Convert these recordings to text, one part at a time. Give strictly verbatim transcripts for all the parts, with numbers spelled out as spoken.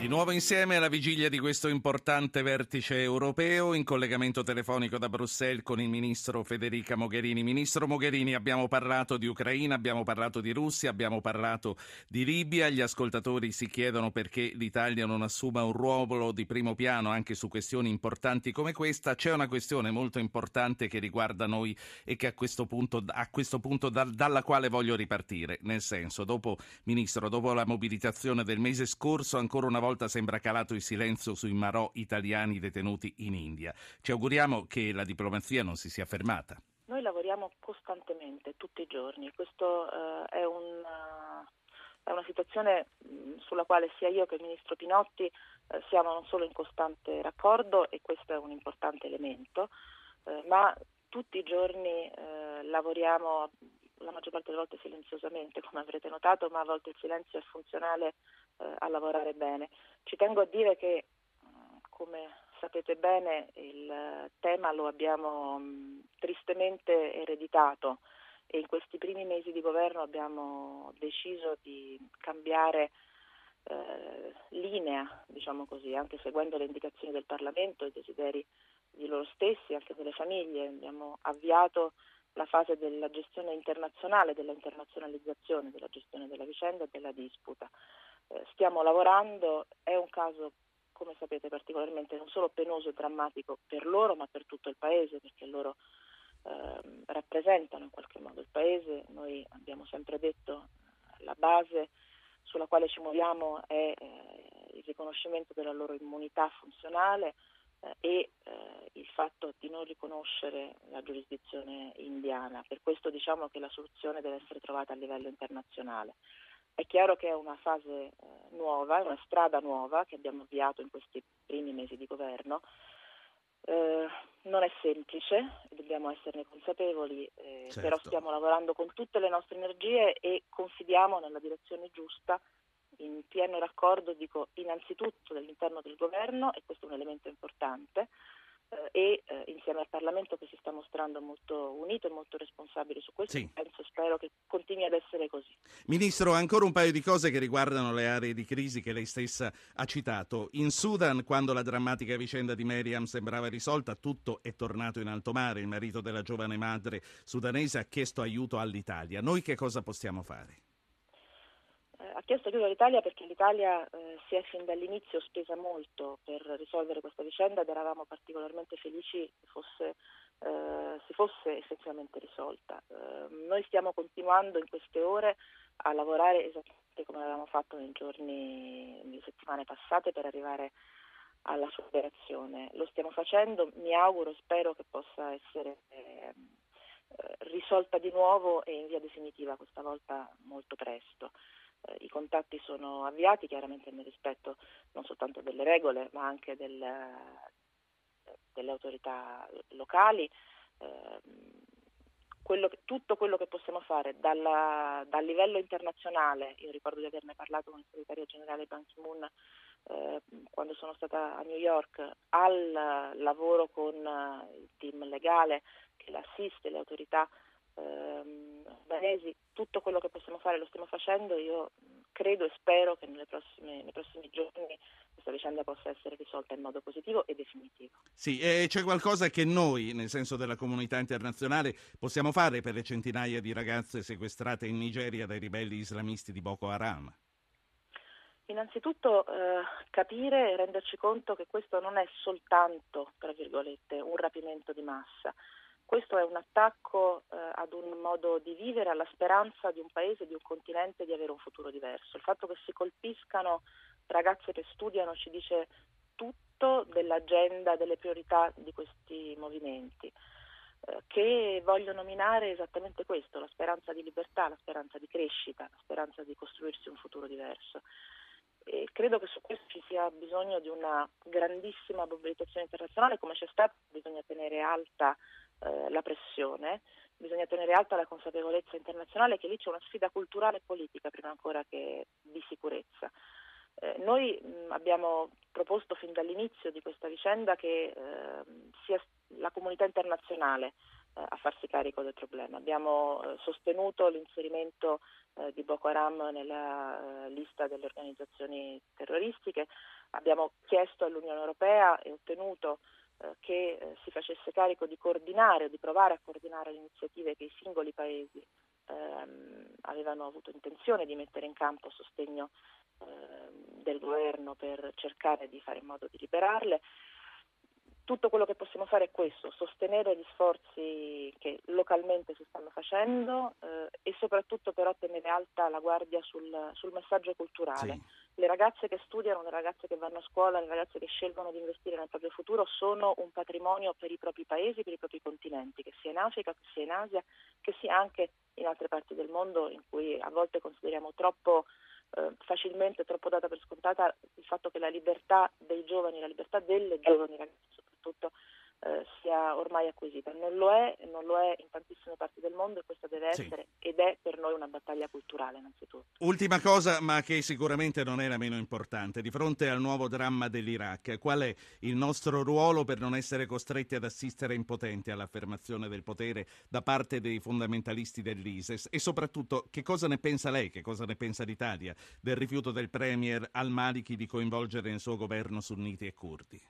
Di nuovo insieme alla vigilia di questo importante vertice europeo, in collegamento telefonico da Bruxelles con il ministro Federica Mogherini. Ministro Mogherini, abbiamo parlato di Ucraina, abbiamo parlato di Russia, abbiamo parlato di Libia. Gli ascoltatori si chiedono perché l'Italia non assuma un ruolo di primo piano anche su questioni importanti come questa. C'è una questione molto importante che riguarda noi e che a questo punto, a questo punto da, dalla quale voglio ripartire. Nel senso, dopo, Ministro, dopo la mobilitazione del mese scorso, ancora una volta sembra calato il silenzio sui marò italiani detenuti in India. Ci auguriamo che la diplomazia non si sia fermata. Noi lavoriamo costantemente, tutti i giorni. Questo uh, è, una, è una situazione mh, sulla quale sia io che il Ministro Pinotti uh, siamo non solo in costante raccordo, e questo è un importante elemento, uh, ma tutti i giorni uh, lavoriamo, la maggior parte delle volte silenziosamente, come avrete notato, ma a volte il silenzio è funzionale eh, a lavorare bene. Ci tengo a dire che, come sapete bene, il tema lo abbiamo mh, tristemente ereditato, e in questi primi mesi di governo abbiamo deciso di cambiare eh, linea, diciamo così, anche seguendo le indicazioni del Parlamento e i desideri di loro stessi, anche delle famiglie. Abbiamo avviato la fase della gestione internazionale, della internazionalizzazione della gestione della vicenda e della disputa. Eh, stiamo lavorando, è un caso, come sapete, particolarmente non solo penoso e drammatico per loro, ma per tutto il Paese, perché loro eh, rappresentano in qualche modo il Paese. Noi abbiamo sempre detto la base sulla quale ci muoviamo è eh, il riconoscimento della loro immunità funzionale eh, e eh, il fatto di non riconoscere la giurisdizione indiana. Per questo diciamo che la soluzione deve essere trovata a livello internazionale. È chiaro che è una fase eh, nuova, è una strada nuova che abbiamo avviato in questi primi mesi di governo. Eh, non è semplice, dobbiamo esserne consapevoli, eh, Certo. Però stiamo lavorando con tutte le nostre energie e confidiamo nella direzione giusta, in pieno raccordo, dico, innanzitutto dall'interno del governo, e questo è un elemento importante, eh, e eh, insieme al Parlamento, che si sta mostrando molto unito e molto responsabile su questo. Sì. Penso, spero che continui ad essere così. Ministro, ancora un paio di cose che riguardano le aree di crisi che lei stessa ha citato. In Sudan, quando la drammatica vicenda di Meriam sembrava risolta, tutto è tornato in alto mare. Il marito della giovane madre sudanese ha chiesto aiuto all'Italia. Noi che cosa possiamo fare? Ha chiesto aiuto all'Italia perché l'Italia eh, si è fin dall'inizio spesa molto per risolvere questa vicenda ed eravamo particolarmente felici che fosse, eh, si fosse effettivamente risolta. Eh, noi stiamo continuando in queste ore a lavorare esattamente come avevamo fatto nei giorni, nelle settimane passate, per arrivare alla sua operazione. Lo stiamo facendo, mi auguro e spero che possa essere eh, risolta di nuovo e in via definitiva, questa volta molto presto. I contatti sono avviati, chiaramente nel rispetto non soltanto delle regole, ma anche del, delle autorità locali. Eh, quello che, tutto quello che possiamo fare dalla, dal livello internazionale, io ricordo di averne parlato con il segretario generale Ban Ki-moon eh, quando sono stata a New York, al lavoro con il team legale che assiste le autorità albanesi, tutto quello che possiamo fare lo stiamo facendo. Io credo e spero che nelle prossime, nei prossimi giorni questa vicenda possa essere risolta in modo positivo e definitivo. Sì, e c'è qualcosa che noi, nel senso della comunità internazionale, possiamo fare per le centinaia di ragazze sequestrate in Nigeria dai ribelli islamisti di Boko Haram? Innanzitutto eh, capire e renderci conto che questo non è soltanto, tra virgolette, un rapimento di massa. Questo è un attacco eh, ad un modo di vivere, alla speranza di un paese, di un continente di avere un futuro diverso. Il fatto che si colpiscano ragazze che studiano ci dice tutto dell'agenda, delle priorità di questi movimenti, eh, che vogliono minare esattamente questo, la speranza di libertà, la speranza di crescita, la speranza di costruirsi un futuro diverso. E credo che su questo ci sia bisogno di una grandissima mobilitazione internazionale, come c'è stata. Bisogna tenere alta eh, la pressione, bisogna tenere alta la consapevolezza internazionale che lì c'è una sfida culturale e politica prima ancora che di sicurezza. Eh, noi mh, abbiamo proposto fin dall'inizio di questa vicenda che eh, sia la comunità internazionale eh, a farsi carico del problema. Abbiamo eh, sostenuto l'inserimento eh, di Boko Haram nella eh, lista delle organizzazioni terroristiche, abbiamo chiesto all'Unione Europea e ottenuto eh, che eh, si facesse carico di coordinare o di provare a coordinare le iniziative che i singoli paesi ehm, avevano avuto intenzione di mettere in campo a sostegno ehm, del governo per cercare di fare in modo di liberarle. Tutto quello che possiamo fare è questo, sostenere gli sforzi che localmente si stanno facendo eh, e soprattutto però tenere alta la guardia sul, sul messaggio culturale. Sì. Le ragazze che studiano, le ragazze che vanno a scuola, le ragazze che scelgono di investire nel proprio futuro sono un patrimonio per i propri paesi, per i propri continenti, che sia in Africa, che sia in Asia, che sia anche in altre parti del mondo in cui a volte consideriamo troppo eh, facilmente, troppo data per scontata il fatto che la libertà dei giovani, la libertà delle giovani ragazze soprattutto eh, sia ormai acquisita. Non lo è, non lo è in tantissime parti del mondo e questa deve Sì. essere ed è per noi una battaglia culturale innanzitutto. Ultima cosa, ma che sicuramente non è la meno importante, di fronte al nuovo dramma dell'Iraq, qual è il nostro ruolo per non essere costretti ad assistere impotenti all'affermazione del potere da parte dei fondamentalisti dell'ISIS e soprattutto che cosa ne pensa lei, che cosa ne pensa l'Italia del rifiuto del premier al-Maliki di coinvolgere nel suo governo sunniti e curdi?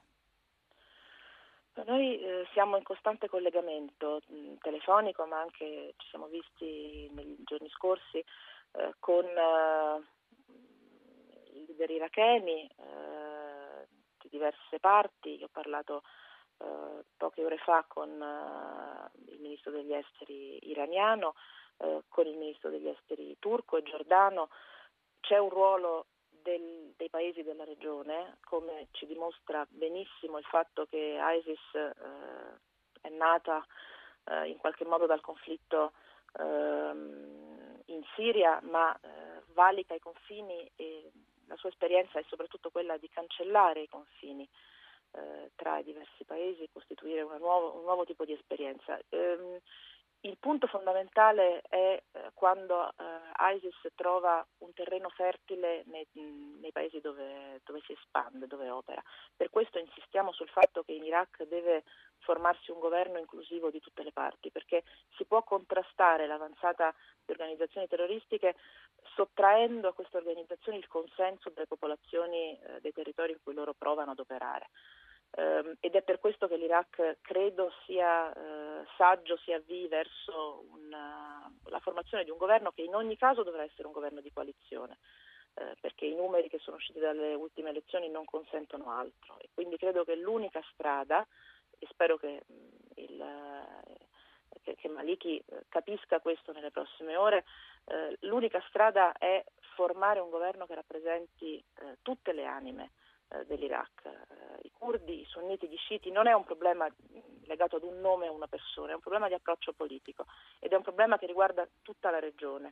Noi eh, siamo in costante collegamento mh, telefonico, ma anche ci siamo visti nei giorni scorsi eh, con eh, i leader iracheni eh, di diverse parti. Io ho parlato eh, poche ore fa con eh, il ministro degli esteri iraniano, eh, con il ministro degli esteri turco e giordano. C'è un ruolo Del, dei paesi della regione, come ci dimostra benissimo il fatto che ISIS eh, è nata eh, in qualche modo dal conflitto eh, in Siria, ma eh, valica i confini e la sua esperienza è soprattutto quella di cancellare i confini eh, tra i diversi paesi, costituire una nuovo, un nuovo tipo di esperienza. Ehm, Il punto fondamentale è eh, quando eh, ISIS trova un terreno fertile nei, nei paesi dove, dove si espande, dove opera. Per questo insistiamo sul fatto che in Iraq deve formarsi un governo inclusivo di tutte le parti, perché si può contrastare l'avanzata di organizzazioni terroristiche sottraendo a queste organizzazioni il consenso delle popolazioni eh, dei territori in cui loro provano ad operare. Uh, ed è per questo che l'Iraq credo sia uh, saggio si avvii verso una, la formazione di un governo che in ogni caso dovrà essere un governo di coalizione, uh, perché i numeri che sono usciti dalle ultime elezioni non consentono altro e quindi credo che l'unica strada, e spero che, um, il, uh, che, che Maliki capisca questo nelle prossime ore, uh, l'unica strada è formare un governo che rappresenti uh, tutte le anime dell'Iraq, i curdi, i sunniti, gli sciiti. Non è un problema legato ad un nome o una persona, è un problema di approccio politico ed è un problema che riguarda tutta la regione.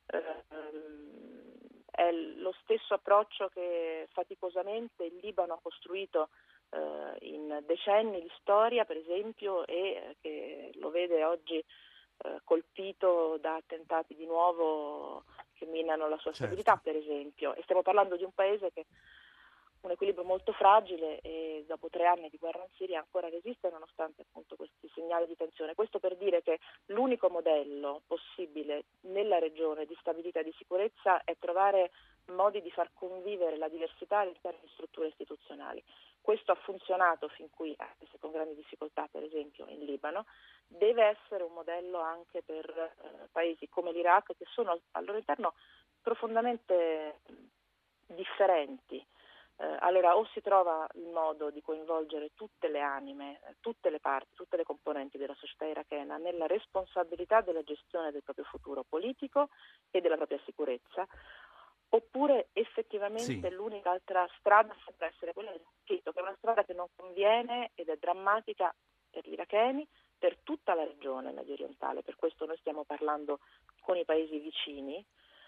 È lo stesso approccio che faticosamente il Libano ha costruito in decenni di storia, per esempio, e che lo vede oggi colpito da attentati di nuovo che minano la sua stabilità, certo. Per esempio, e stiamo parlando di un paese che un equilibrio molto fragile e dopo tre anni di guerra in Siria ancora resiste nonostante appunto questi segnali di tensione. Questo per dire che l'unico modello possibile nella regione di stabilità e di sicurezza è trovare modi di far convivere la diversità all'interno di strutture istituzionali. Questo ha funzionato fin qui, anche se con grandi difficoltà, per esempio in Libano. Deve essere un modello anche per eh, paesi come l'Iraq, che sono al loro interno profondamente differenti. Eh, allora o si trova il modo di coinvolgere tutte le anime, eh, tutte le parti, tutte le componenti della società irachena nella responsabilità della gestione del proprio futuro politico e della propria sicurezza, oppure effettivamente sì. L'unica altra strada sembra essere quella del conflitto, che è una strada che non conviene ed è drammatica per gli iracheni, per tutta la regione medio orientale. Per questo noi stiamo parlando con i paesi vicini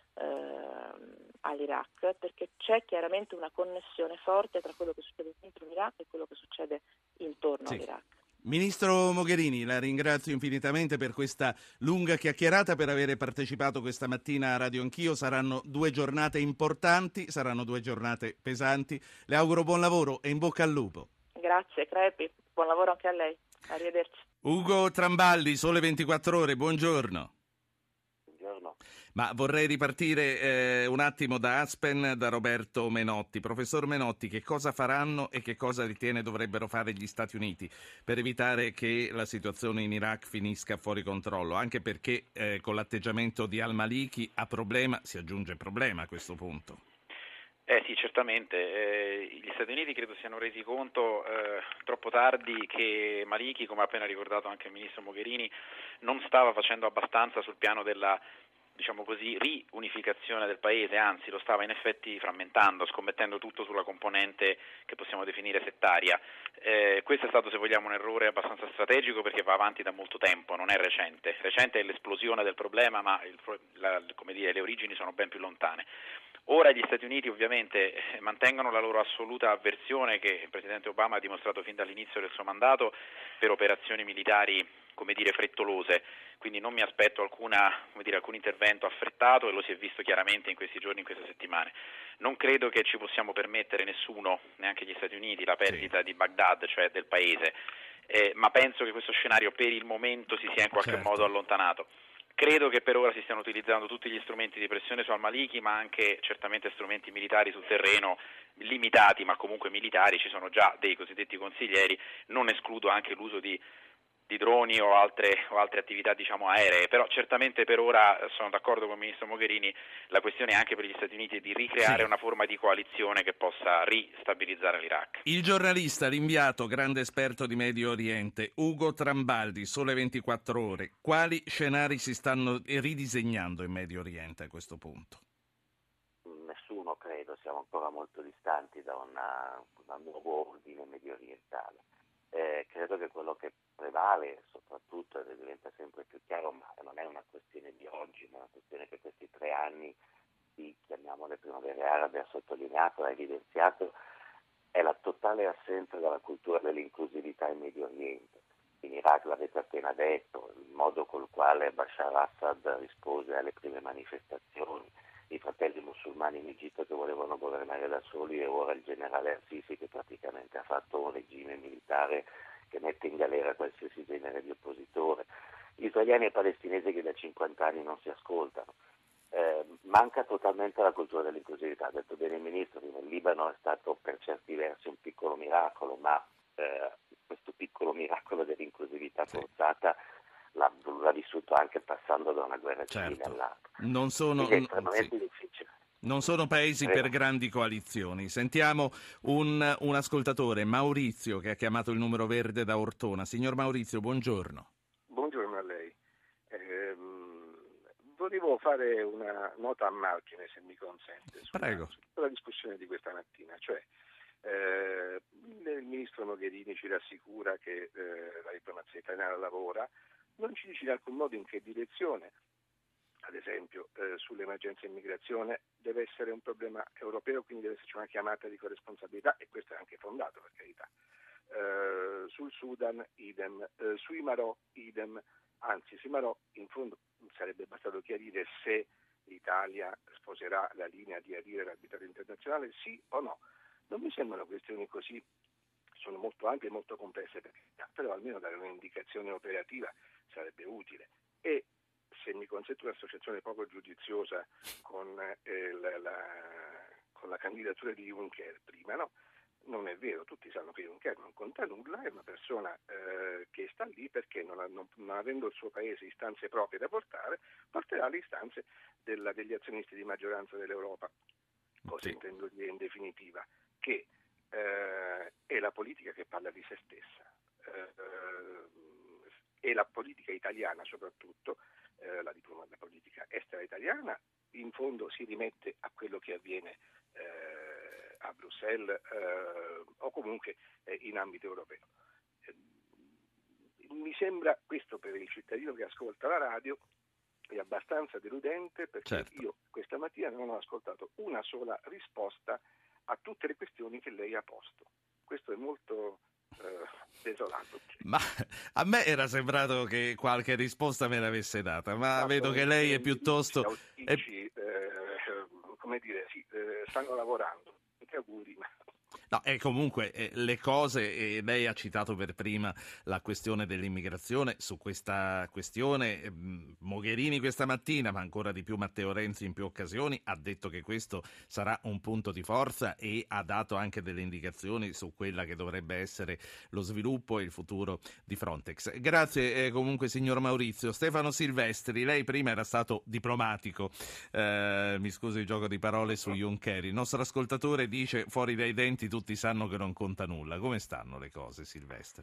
all'Iraq, perché c'è chiaramente una connessione forte tra quello che succede dentro l'Iraq e quello che succede intorno sì. all'Iraq. Ministro Mogherini, la ringrazio infinitamente per questa lunga chiacchierata, per aver partecipato questa mattina a Radio Anch'io. Saranno due giornate importanti, saranno due giornate pesanti. Le auguro buon lavoro e in bocca al lupo. Grazie Crepi, buon lavoro anche a lei. Arrivederci. Ugo Trambaldi, Sole ventiquattro Ore, buongiorno. Buongiorno. Ma vorrei ripartire eh, un attimo da Aspen, da Roberto Menotti. Professor Menotti, che cosa faranno e che cosa ritiene dovrebbero fare gli Stati Uniti per evitare che la situazione in Iraq finisca fuori controllo? Anche perché eh, con l'atteggiamento di al-Maliki a problema si aggiunge problema a questo punto. Eh sì, certamente. Eh, gli Stati Uniti credo siano resi conto eh, troppo tardi che Maliki, come ha appena ricordato anche il ministro Mogherini, non stava facendo abbastanza sul piano della, diciamo così, riunificazione del paese, anzi lo stava in effetti frammentando, scommettendo tutto sulla componente che possiamo definire settaria. Eh, questo è stato, se vogliamo, un errore abbastanza strategico perché va avanti da molto tempo, non è recente. Recente è l'esplosione del problema, ma il, la, come dire, le origini sono ben più lontane. Ora gli Stati Uniti ovviamente mantengono la loro assoluta avversione che il Presidente Obama ha dimostrato fin dall'inizio del suo mandato per operazioni militari, come dire, frettolose, quindi non mi aspetto alcuna, come dire, alcun intervento affrettato e lo si è visto chiaramente in questi giorni, in queste settimane. Non credo che ci possiamo permettere nessuno, neanche gli Stati Uniti, la perdita sì. di Baghdad, cioè del paese, eh, ma penso che questo scenario per il momento si sia in qualche certo. modo allontanato. Credo che per ora si stiano utilizzando tutti gli strumenti di pressione su al-Maliki, ma anche certamente strumenti militari sul terreno, limitati ma comunque militari, ci sono già dei cosiddetti consiglieri, non escludo anche l'uso di, di droni o altre, o altre attività diciamo aeree, però certamente per ora sono d'accordo con il ministro Mogherini, la questione anche per gli Stati Uniti è di ricreare sì. una forma di coalizione che possa ristabilizzare l'Iraq. Il giornalista, l'inviato, grande esperto di Medio Oriente, Ugo Trambaldi, Sole ventiquattro Ore, quali scenari si stanno ridisegnando in Medio Oriente a questo punto? Nessuno, credo, siamo ancora molto distanti da una, un nuovo ordine medio orientale. Eh, credo che quello che prevale, soprattutto, e diventa sempre più chiaro, ma non è una questione di oggi, ma è una questione che questi tre anni di, chiamiamole primavere arabe, ha sottolineato, ha evidenziato, è la totale assenza della cultura dell'inclusività in Medio Oriente. In Iraq, l'avete appena detto, il modo col quale Bashar Assad rispose alle prime manifestazioni, i fratelli musulmani in Egitto che volevano governare da soli e ora il generale al-Sisi che praticamente ha fatto un regime militare che mette in galera qualsiasi genere di oppositore, gli israeliani e i palestinesi che da cinquanta anni non si ascoltano. Eh, manca totalmente la cultura dell'inclusività, ha detto bene il ministro, che nel Libano è stato per certi versi un piccolo miracolo, ma eh, questo piccolo miracolo dell'inclusività forzata l'ha, l'ha vissuto anche passando da una guerra civile certo. all'altra. Non sono, è estremamente sì. difficile. Non sono paesi Prego. per grandi coalizioni. Sentiamo un, un ascoltatore, Maurizio, che ha chiamato il numero verde da Ortona. Signor Maurizio, buongiorno. Buongiorno a lei. Eh, volevo fare una nota a margine, se mi consente, sulla, sulla discussione di questa mattina. Cioè, eh, il ministro Mogherini ci rassicura che eh, la diplomazia italiana lavora, non ci dice in alcun modo in che direzione. Ad esempio, eh, sull'emergenza immigrazione deve essere un problema europeo, quindi deve esserci una chiamata di corresponsabilità, e questo è anche fondato, per carità. Eh, sul Sudan, idem. Eh, sui Marò, idem. Anzi, sui Marò, in fondo, sarebbe bastato chiarire se l'Italia sposerà la linea di adire l'arbitrato internazionale, sì o no. Non mi sembrano questioni così, sono molto ampie e molto complesse, per carità, però almeno dare un'indicazione operativa sarebbe utile. E se mi consente un'associazione poco giudiziosa con, eh, la, la, con la candidatura di Juncker prima, no? Non è vero, tutti sanno che Juncker non conta nulla, è una persona eh, che sta lì perché non, non, non avendo il suo paese istanze proprie da portare, porterà le istanze della, degli azionisti di maggioranza dell'Europa. Cosa sì. intendo dire in definitiva? Che eh, è la politica che parla di se stessa, eh, e la politica italiana soprattutto, eh, la, diploma, la politica estera italiana in fondo si rimette a quello che avviene eh, a Bruxelles eh, o comunque eh, in ambito europeo. Eh, mi sembra questo, per il cittadino che ascolta la radio, è abbastanza deludente, perché certo. io questa mattina non ho ascoltato una sola risposta a tutte le questioni che lei ha posto. Questo è molto eh, desolato. Ma a me era sembrato che qualche risposta me l'avesse data, ma no, vedo che lei è piuttosto... Auspici, è... eh, come dire, sì, eh, stanno lavorando. Ti auguri, ma... No, e comunque eh, le cose, e lei ha citato per prima la questione dell'immigrazione, su questa questione eh, Mogherini questa mattina, ma ancora di più Matteo Renzi in più occasioni, ha detto che questo sarà un punto di forza e ha dato anche delle indicazioni su quella che dovrebbe essere lo sviluppo e il futuro di Frontex. Grazie eh, comunque signor Maurizio. Stefano Silvestri, lei prima era stato diplomatico, eh, mi scusi il gioco di parole su Juncker, il nostro ascoltatore dice fuori dai denti tutti sanno che non conta nulla. Come stanno le cose, Silvestri?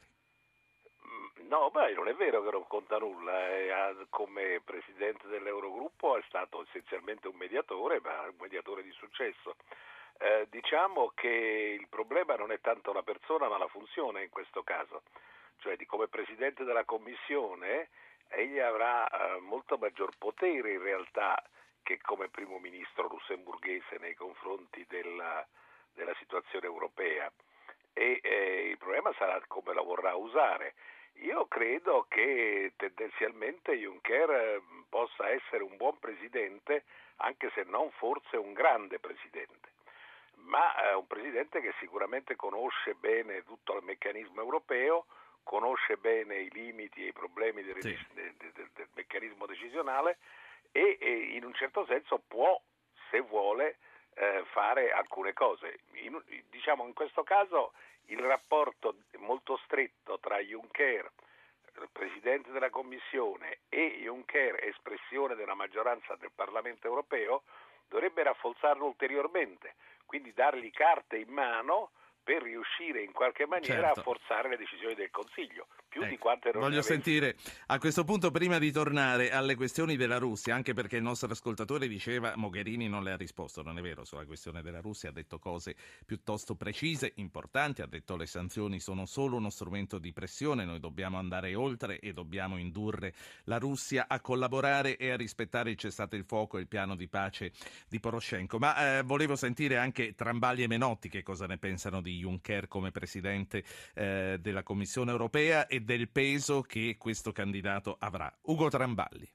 No, beh, non è vero che non conta nulla. Come presidente dell'Eurogruppo è stato essenzialmente un mediatore, ma un mediatore di successo. Eh, diciamo che il problema non è tanto la persona, ma la funzione in questo caso. Cioè, di come presidente della Commissione, egli avrà eh, molto maggior potere in realtà che come primo ministro lussemburghese nei confronti della della situazione europea e eh, il problema sarà come la vorrà usare. Io credo che tendenzialmente Juncker eh, possa essere un buon presidente, anche se non forse un grande presidente, ma eh, un presidente che sicuramente conosce bene tutto il meccanismo europeo, conosce bene i limiti e i problemi del, sì. del, del, del meccanismo decisionale e, e in un certo senso può, se vuole, Eh, fare alcune cose. In, diciamo in questo caso il rapporto molto stretto tra Juncker, Presidente della Commissione, e Juncker, espressione della maggioranza del Parlamento europeo, dovrebbe rafforzarlo ulteriormente, quindi dargli carte in mano per riuscire in qualche maniera certo. a forzare le decisioni del Consiglio, più ecco, di quante non voglio ne sentire a questo punto, prima di tornare alle questioni della Russia, anche perché il nostro ascoltatore diceva Mogherini non le ha risposto, non è vero, sulla questione della Russia ha detto cose piuttosto precise, importanti, ha detto le sanzioni sono solo uno strumento di pressione, noi dobbiamo andare oltre e dobbiamo indurre la Russia a collaborare e a rispettare il cessate il fuoco e il piano di pace di Poroshenko, ma eh, volevo sentire anche Trambagli e Menotti che cosa ne pensano di Juncker come presidente eh, della Commissione europea e del peso che questo candidato avrà. Ugo Trambagli.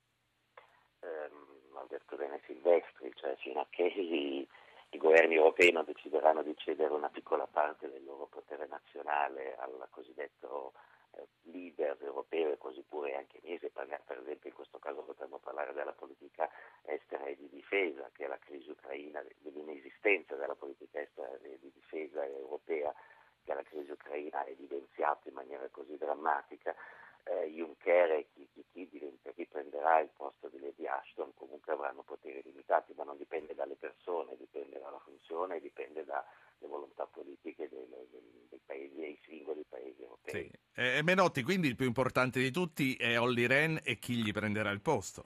Um, ha detto bene Silvestri, cioè fino a che i, i governi europei non decideranno di cedere una piccola parte del loro potere nazionale al cosiddetto eh, leader europeo e così pure anche mese, per esempio in questo caso potremmo parlare della politica estera e di difesa, che è la crisi ucraina, dell'inesistenza della politica estera e di difesa europea che la crisi ucraina ha evidenziato in maniera così drammatica. Eh, Juncker e chi, chi, chi, diventa, chi prenderà il posto di Lady Ashton comunque avranno poteri limitati, ma non dipende dalle persone, dipende dalla funzione, dipende dalle volontà politiche dei, dei, dei paesi, dei singoli paesi europei. Sì. Eh, Menotti, quindi il più importante di tutti è Olli Rehn e chi gli prenderà il posto?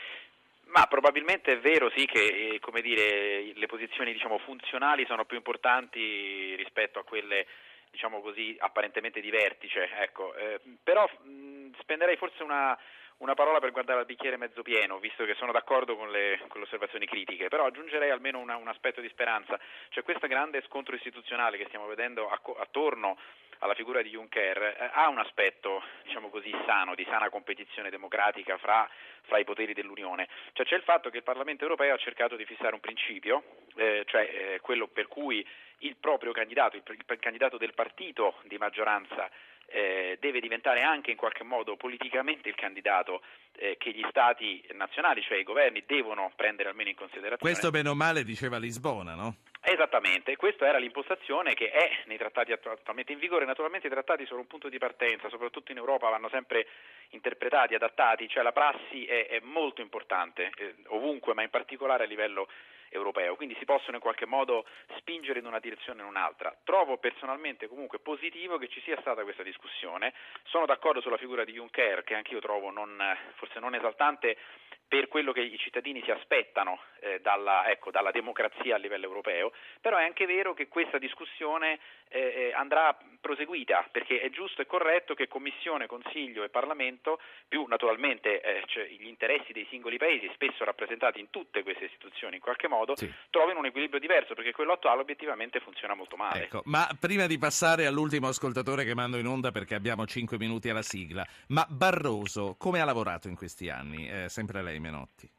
Ma probabilmente è vero sì che come dire, le posizioni diciamo, funzionali sono più importanti rispetto a quelle diciamo così apparentemente di vertice, ecco. Eh, però mh, spenderei forse una, una parola per guardare al bicchiere mezzo pieno, visto che sono d'accordo con le, con le osservazioni critiche, però aggiungerei almeno una, un aspetto di speranza, cioè questo grande scontro istituzionale che stiamo vedendo attorno alla figura di Juncker eh, ha un aspetto diciamo così sano, di sana competizione democratica fra, fra i poteri dell'Unione, cioè c'è il fatto che il Parlamento europeo ha cercato di fissare un principio, eh, cioè eh, quello per cui il proprio candidato, il, il candidato del partito di maggioranza eh, deve diventare anche in qualche modo politicamente il candidato eh, che gli stati nazionali, cioè i governi, devono prendere almeno in considerazione. Questo bene o male diceva Lisbona, no? Esattamente, questa era l'impostazione che è nei trattati attualmente in vigore. Naturalmente i trattati sono un punto di partenza, soprattutto in Europa vanno sempre interpretati, adattati, cioè la prassi è, è molto importante eh, ovunque, ma in particolare a livello europeo, quindi si possono in qualche modo spingere in una direzione o in un'altra. Trovo personalmente comunque positivo che ci sia stata questa discussione, sono d'accordo sulla figura di Juncker che anch'io trovo non, forse non esaltante per quello che i cittadini si aspettano eh, dalla, ecco, dalla democrazia a livello europeo, però è anche vero che questa discussione eh, andrà proseguita, perché è giusto e corretto che Commissione, Consiglio e Parlamento, più naturalmente eh, cioè gli interessi dei singoli paesi, spesso rappresentati in tutte queste istituzioni in qualche modo, sì. trovino un equilibrio diverso, perché quello attuale obiettivamente funziona molto male. Ecco, ma prima di passare all'ultimo ascoltatore che mando in onda, perché abbiamo cinque minuti alla sigla, ma Barroso come ha lavorato in questi anni? Eh, sempre lei, Menotti.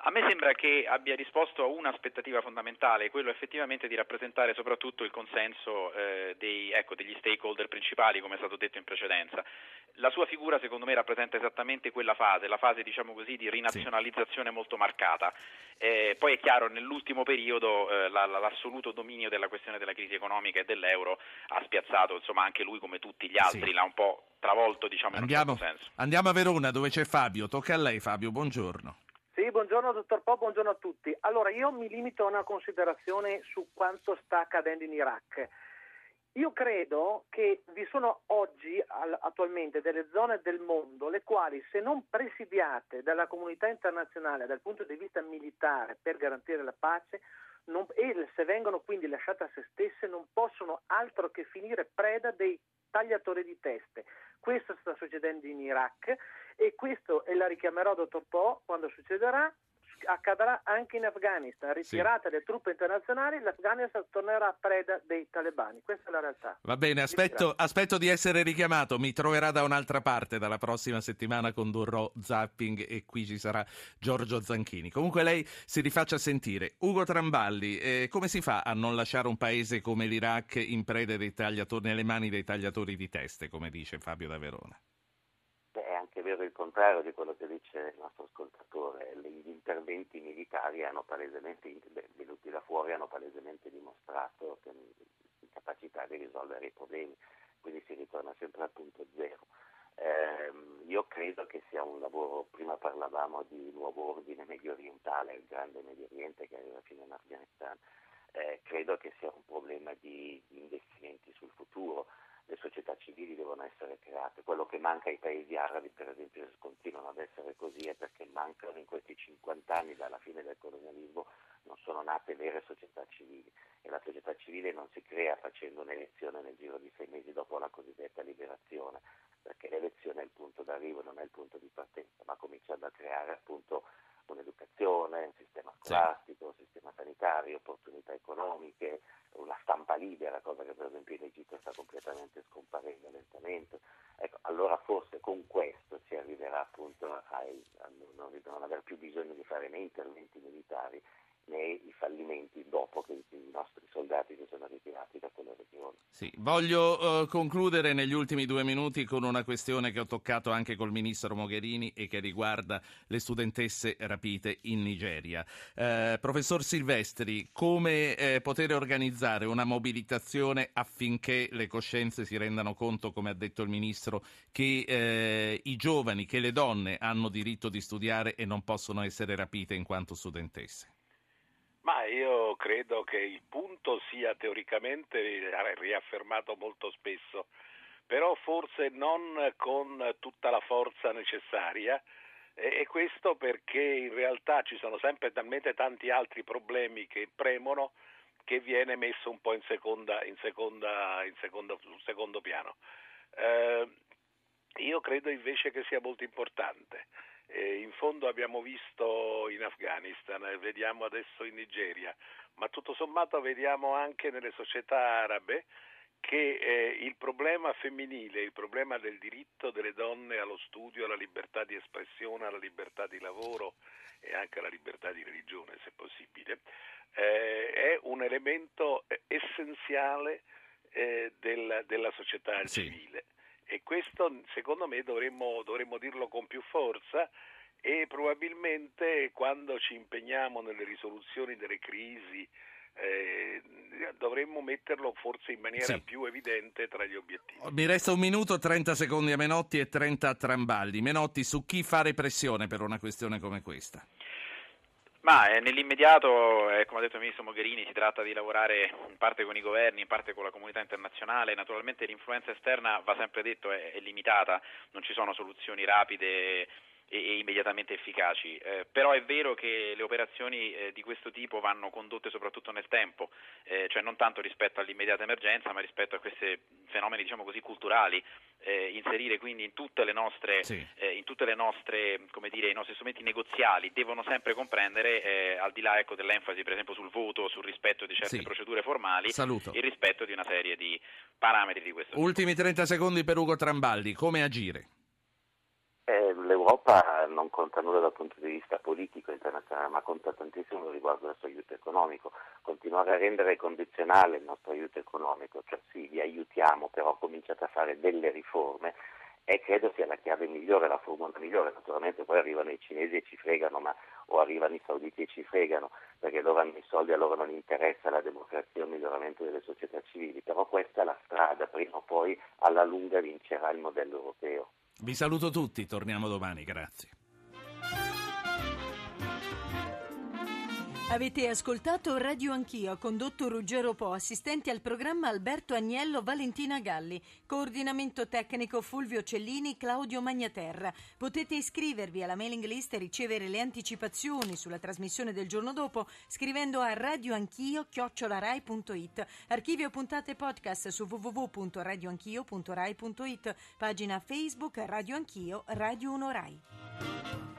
A me sembra che abbia risposto a un'aspettativa fondamentale, quello effettivamente di rappresentare soprattutto il consenso eh, dei, ecco, degli stakeholder principali, come è stato detto in precedenza. La sua figura secondo me rappresenta esattamente quella fase, la fase diciamo così di rinazionalizzazione sì. molto marcata. Eh, poi è chiaro, nell'ultimo periodo eh, la, la, l'assoluto dominio della questione della crisi economica e dell'euro ha spiazzato, insomma, anche lui come tutti gli altri, sì. l'ha un po' travolto, diciamo, andiamo, in un certo senso. Andiamo a Verona, dove c'è Fabio. Tocca a lei, Fabio, buongiorno. Sì, buongiorno dottor Po, buongiorno a tutti. Allora, io mi limito a una considerazione su quanto sta accadendo in Iraq. Io credo che vi sono oggi attualmente delle zone del mondo le quali, se non presidiate dalla comunità internazionale dal punto di vista militare per garantire la pace, non, e se vengono quindi lasciate a se stesse, non possono altro che finire preda dei tagliatori di teste. Questo sta succedendo in Iraq e questo, e la richiamerò dottor Po, quando succederà, accadrà anche in Afghanistan. Ritirate sì. le truppe internazionali, l'Afghanistan tornerà preda dei talebani. Questa è la realtà. Va bene, aspetto, aspetto di essere richiamato. Mi troverà da un'altra parte. Dalla prossima settimana condurrò Zapping e qui ci sarà Giorgio Zanchini. Comunque lei si rifaccia sentire. Ugo Tramballi, eh, come si fa a non lasciare un paese come l'Iraq in preda dei tagliatori, nelle mani dei tagliatori di teste, come dice Fabio da Verona? È anche vero il contrario di quello che dice il nostro ascoltatore. Gli interventi militari hanno palesemente, venuti da fuori, hanno palesemente dimostrato che incapacità di risolvere i problemi, quindi si ritorna sempre al punto zero. Eh, io credo che sia un lavoro, prima parlavamo di nuovo ordine medio orientale, il grande Medio Oriente che arriva fino in Afghanistan, eh, credo che sia un problema di, di investimenti sul futuro. Le società civili devono essere create. Quello che manca ai paesi arabi, per esempio, se continuano ad essere così, è perché mancano in questi cinquanta anni dalla fine del colonialismo, non sono nate vere società civili, e la società civile non si crea facendo un'elezione nel giro di sei mesi dopo la cosiddetta liberazione, perché l'elezione è il punto d'arrivo, non è il punto di partenza, ma cominciando a creare appunto un'educazione, un sistema scolastico, un sistema sanitario, opportunità economiche, una stampa libera, cosa che per esempio in Egitto sta completamente scomparendo lentamente. Ecco, allora forse con questo si arriverà appunto a, a non, non aver più bisogno di fare né interventi militari né i fallimenti dopo che i nostri soldati si sono ritirati da quelle regioni. Sì, voglio uh, concludere negli ultimi due minuti con una questione che ho toccato anche col ministro Mogherini e che riguarda le studentesse rapite in Nigeria. Uh, professor Silvestri, come uh, poter organizzare una mobilitazione affinché le coscienze si rendano conto, come ha detto il ministro, che uh, i giovani, che le donne hanno diritto di studiare e non possono essere rapite in quanto studentesse? Ma io credo che il punto sia teoricamente riaffermato molto spesso, però forse non con tutta la forza necessaria, e questo perché in realtà ci sono sempre talmente tanti altri problemi che premono che viene messo un po' in seconda, in seconda, in secondo, sul secondo piano. Eh, io credo invece che sia molto importante. Eh, in fondo abbiamo visto in Afghanistan, eh, vediamo adesso in Nigeria, ma tutto sommato vediamo anche nelle società arabe che eh, il problema femminile, il problema del diritto delle donne allo studio, alla libertà di espressione, alla libertà di lavoro e anche alla libertà di religione, se possibile, eh, è un elemento essenziale eh, del, della società sì. civile. E questo secondo me dovremmo, dovremmo dirlo con più forza, e probabilmente quando ci impegniamo nelle risoluzioni delle crisi eh, dovremmo metterlo forse in maniera sì. più evidente tra gli obiettivi. Mi resta un minuto, trenta secondi a Menotti e trenta a Tramballi. Menotti, su chi fare pressione per una questione come questa? Ma eh, nell'immediato, eh, come ha detto il ministro Mogherini, si tratta di lavorare in parte con i governi, in parte con la comunità internazionale. Naturalmente l'influenza esterna, va sempre detto, è, è limitata, non ci sono soluzioni rapide e, e immediatamente efficaci, eh, però è vero che le operazioni eh, di questo tipo vanno condotte soprattutto nel tempo, eh, cioè non tanto rispetto all'immediata emergenza, ma rispetto a questi fenomeni, diciamo così, culturali. Eh, inserire quindi in tutte le nostre, sì. eh, in tutte le nostre, come dire, i nostri strumenti negoziali devono sempre comprendere, eh, al di là ecco dell'enfasi per esempio sul voto, sul rispetto di certe sì. procedure formali, Saluto. il rispetto di una serie di parametri di questo tipo. Ultimi trenta secondi per Ugo Tramballi, come agire? Eh, L'Europa non conta nulla dal punto di vista politico internazionale, ma conta tantissimo riguardo al nostro aiuto economico. Continuare a rendere condizionale il nostro aiuto economico, cioè sì, vi aiutiamo, però cominciate a fare delle riforme, e credo sia la chiave migliore, la formula migliore. Naturalmente poi arrivano i cinesi e ci fregano, ma o arrivano i sauditi e ci fregano, perché loro hanno i soldi, a loro non interessa la democrazia o il miglioramento delle società civili, però questa è la strada, prima o poi alla lunga vincerà il modello europeo. Vi saluto tutti, torniamo domani, grazie. Avete ascoltato Radio Anch'io, condotto Ruggero Po, assistenti al programma Alberto Agnello, Valentina Galli, coordinamento tecnico Fulvio Cellini, Claudio Magnaterra. Potete iscrivervi alla mailing list e ricevere le anticipazioni sulla trasmissione del giorno dopo scrivendo a radioanchio chiocciola rai punto it. Archivio puntate podcast su w w w punto radioanchio punto rai punto it. Pagina Facebook Radio Anch'io, Radio uno Rai.